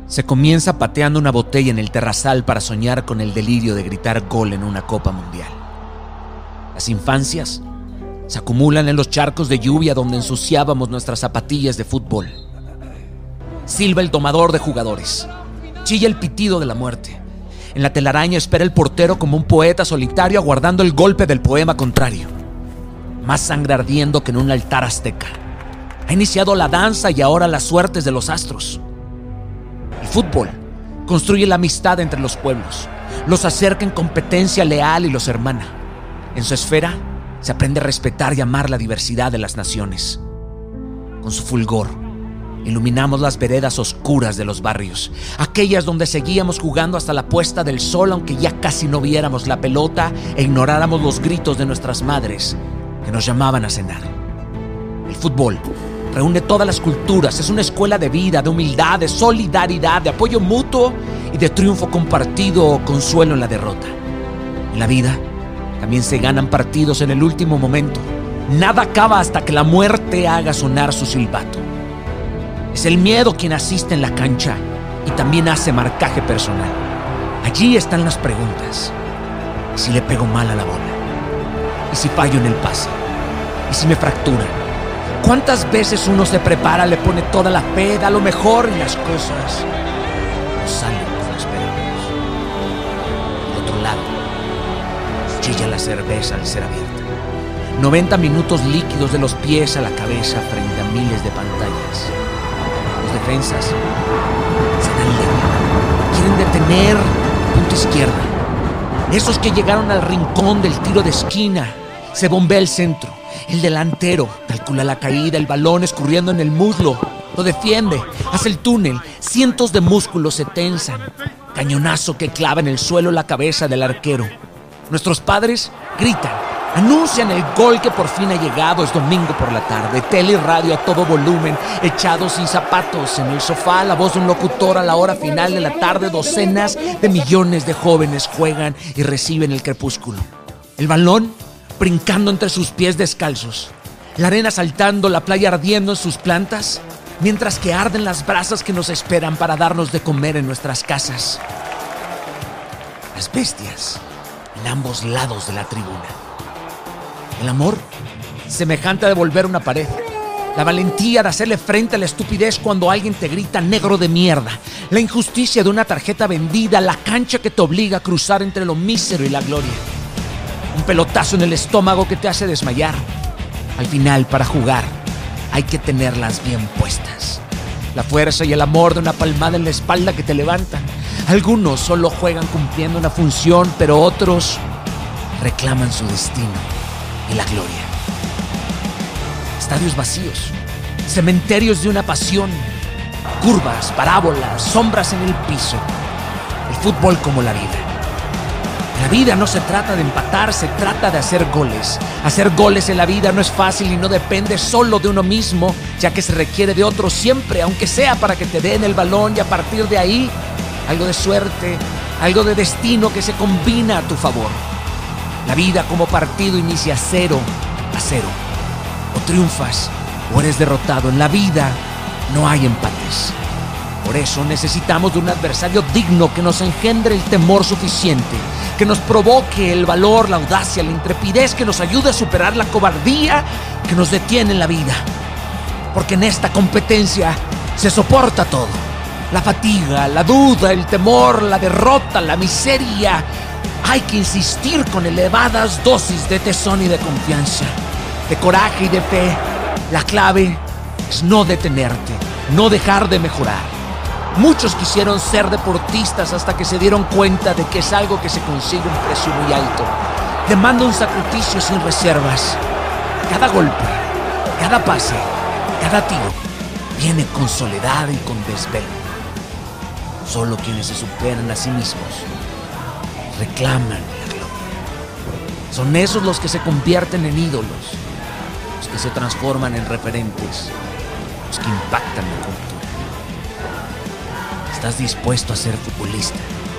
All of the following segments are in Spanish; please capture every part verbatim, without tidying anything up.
Se comienza pateando una botella en el terrazal para soñar con el delirio de gritar gol en una Copa Mundial. Las infancias se acumulan en los charcos de lluvia donde ensuciábamos nuestras zapatillas de fútbol. Silba el domador de jugadores. Chilla el pitido de la muerte. En la telaraña espera el portero como un poeta solitario aguardando el golpe del poema contrario. Más sangre ardiendo que en un altar azteca. Ha iniciado la danza y ahora las suertes de los astros. El fútbol construye la amistad entre los pueblos, los acerca en competencia leal y los hermana. En su esfera se aprende a respetar y amar la diversidad de las naciones. Con su fulgor, iluminamos las veredas oscuras de los barrios, aquellas donde seguíamos jugando hasta la puesta del sol, aunque ya casi no viéramos la pelota e ignoráramos los gritos de nuestras madres que nos llamaban a cenar. El fútbol reúne todas las culturas, es una escuela de vida, de humildad, de solidaridad, de apoyo mutuo y de triunfo compartido o consuelo en la derrota. En la vida también se ganan partidos en el último momento. Nada acaba hasta que la muerte haga sonar su silbato. Es el miedo quien asiste en la cancha y también hace marcaje personal. Allí están las preguntas. ¿Y si le pego mal a la bola? ¿Y si fallo en el pase? ¿Y si me fracturan? ¿Cuántas veces uno se prepara, le pone toda la fe, da lo mejor y las cosas no salen como esperamos? Por otro lado, chilla la cerveza al ser abierta. noventa minutos líquidos de los pies a la cabeza frente a miles de pantallas. Los defensas se dan leña, quieren detener punto izquierda. Esos que llegaron al rincón del tiro de esquina, se bombea el centro. El delantero calcula la caída, el balón escurriendo en el muslo, lo defiende, hace el túnel, cientos de músculos se tensan, cañonazo que clava en el suelo la cabeza del arquero. Nuestros padres gritan, anuncian el gol que por fin ha llegado. Es domingo por la tarde, tele y radio a todo volumen, echados sin zapatos en el sofá, la voz de un locutor a la hora final de la tarde. Docenas de millones de jóvenes juegan y reciben el crepúsculo. El balón brincando entre sus pies descalzos, la arena saltando, la playa ardiendo en sus plantas, mientras que arden las brasas que nos esperan para darnos de comer en nuestras casas. Las bestias en ambos lados de la tribuna. El amor, semejante a devolver una pared. La valentía de hacerle frente a la estupidez cuando alguien te grita negro de mierda. La injusticia de una tarjeta vendida, la cancha que te obliga a cruzar entre lo mísero y la gloria. Un pelotazo en el estómago que te hace desmayar. Al final, para jugar, hay que tenerlas bien puestas. La fuerza y el amor de una palmada en la espalda que te levantan. Algunos solo juegan cumpliendo una función, pero otros reclaman su destino y la gloria. Estadios vacíos, cementerios de una pasión, curvas, parábolas, sombras en el piso. El fútbol como la vida. La vida no se trata de empatar, se trata de hacer goles. Hacer goles en la vida no es fácil y no depende solo de uno mismo, ya que se requiere de otro siempre, aunque sea para que te den el balón y a partir de ahí, algo de suerte, algo de destino que se combina a tu favor. La vida como partido inicia cero a cero. O triunfas o eres derrotado. En la vida no hay empates. Por eso necesitamos de un adversario digno que nos engendre el temor suficiente, que nos provoque el valor, la audacia, la intrepidez, que nos ayude a superar la cobardía que nos detiene en la vida. Porque en esta competencia se soporta todo. La fatiga, la duda, el temor, la derrota, la miseria. Hay que insistir con elevadas dosis de tesón y de confianza, de coraje y de fe. La clave es no detenerte, no dejar de mejorar. Muchos quisieron ser deportistas hasta que se dieron cuenta de que es algo que se consigue a un precio muy alto. Demanda un sacrificio sin reservas. Cada golpe, cada pase, cada tiro viene con soledad y con desvelo. Solo quienes se superan a sí mismos reclaman la gloria. Son esos los que se convierten en ídolos, los que se transforman en referentes, los que impactan la cultura. ¿Estás dispuesto a ser futbolista?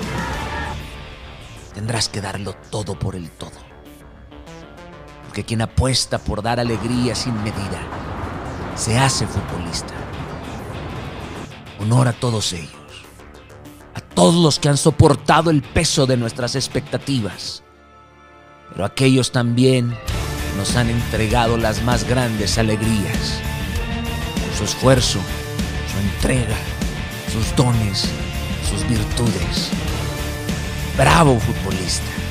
Tendrás que darlo todo por el todo. Porque quien apuesta por dar alegría sin medida se hace futbolista. Honor a todos ellos. todos los que han soportado el peso de nuestras expectativas, pero aquellos también nos han entregado las más grandes alegrías, con su esfuerzo, su entrega, sus dones, sus virtudes. ¡Bravo, futbolista!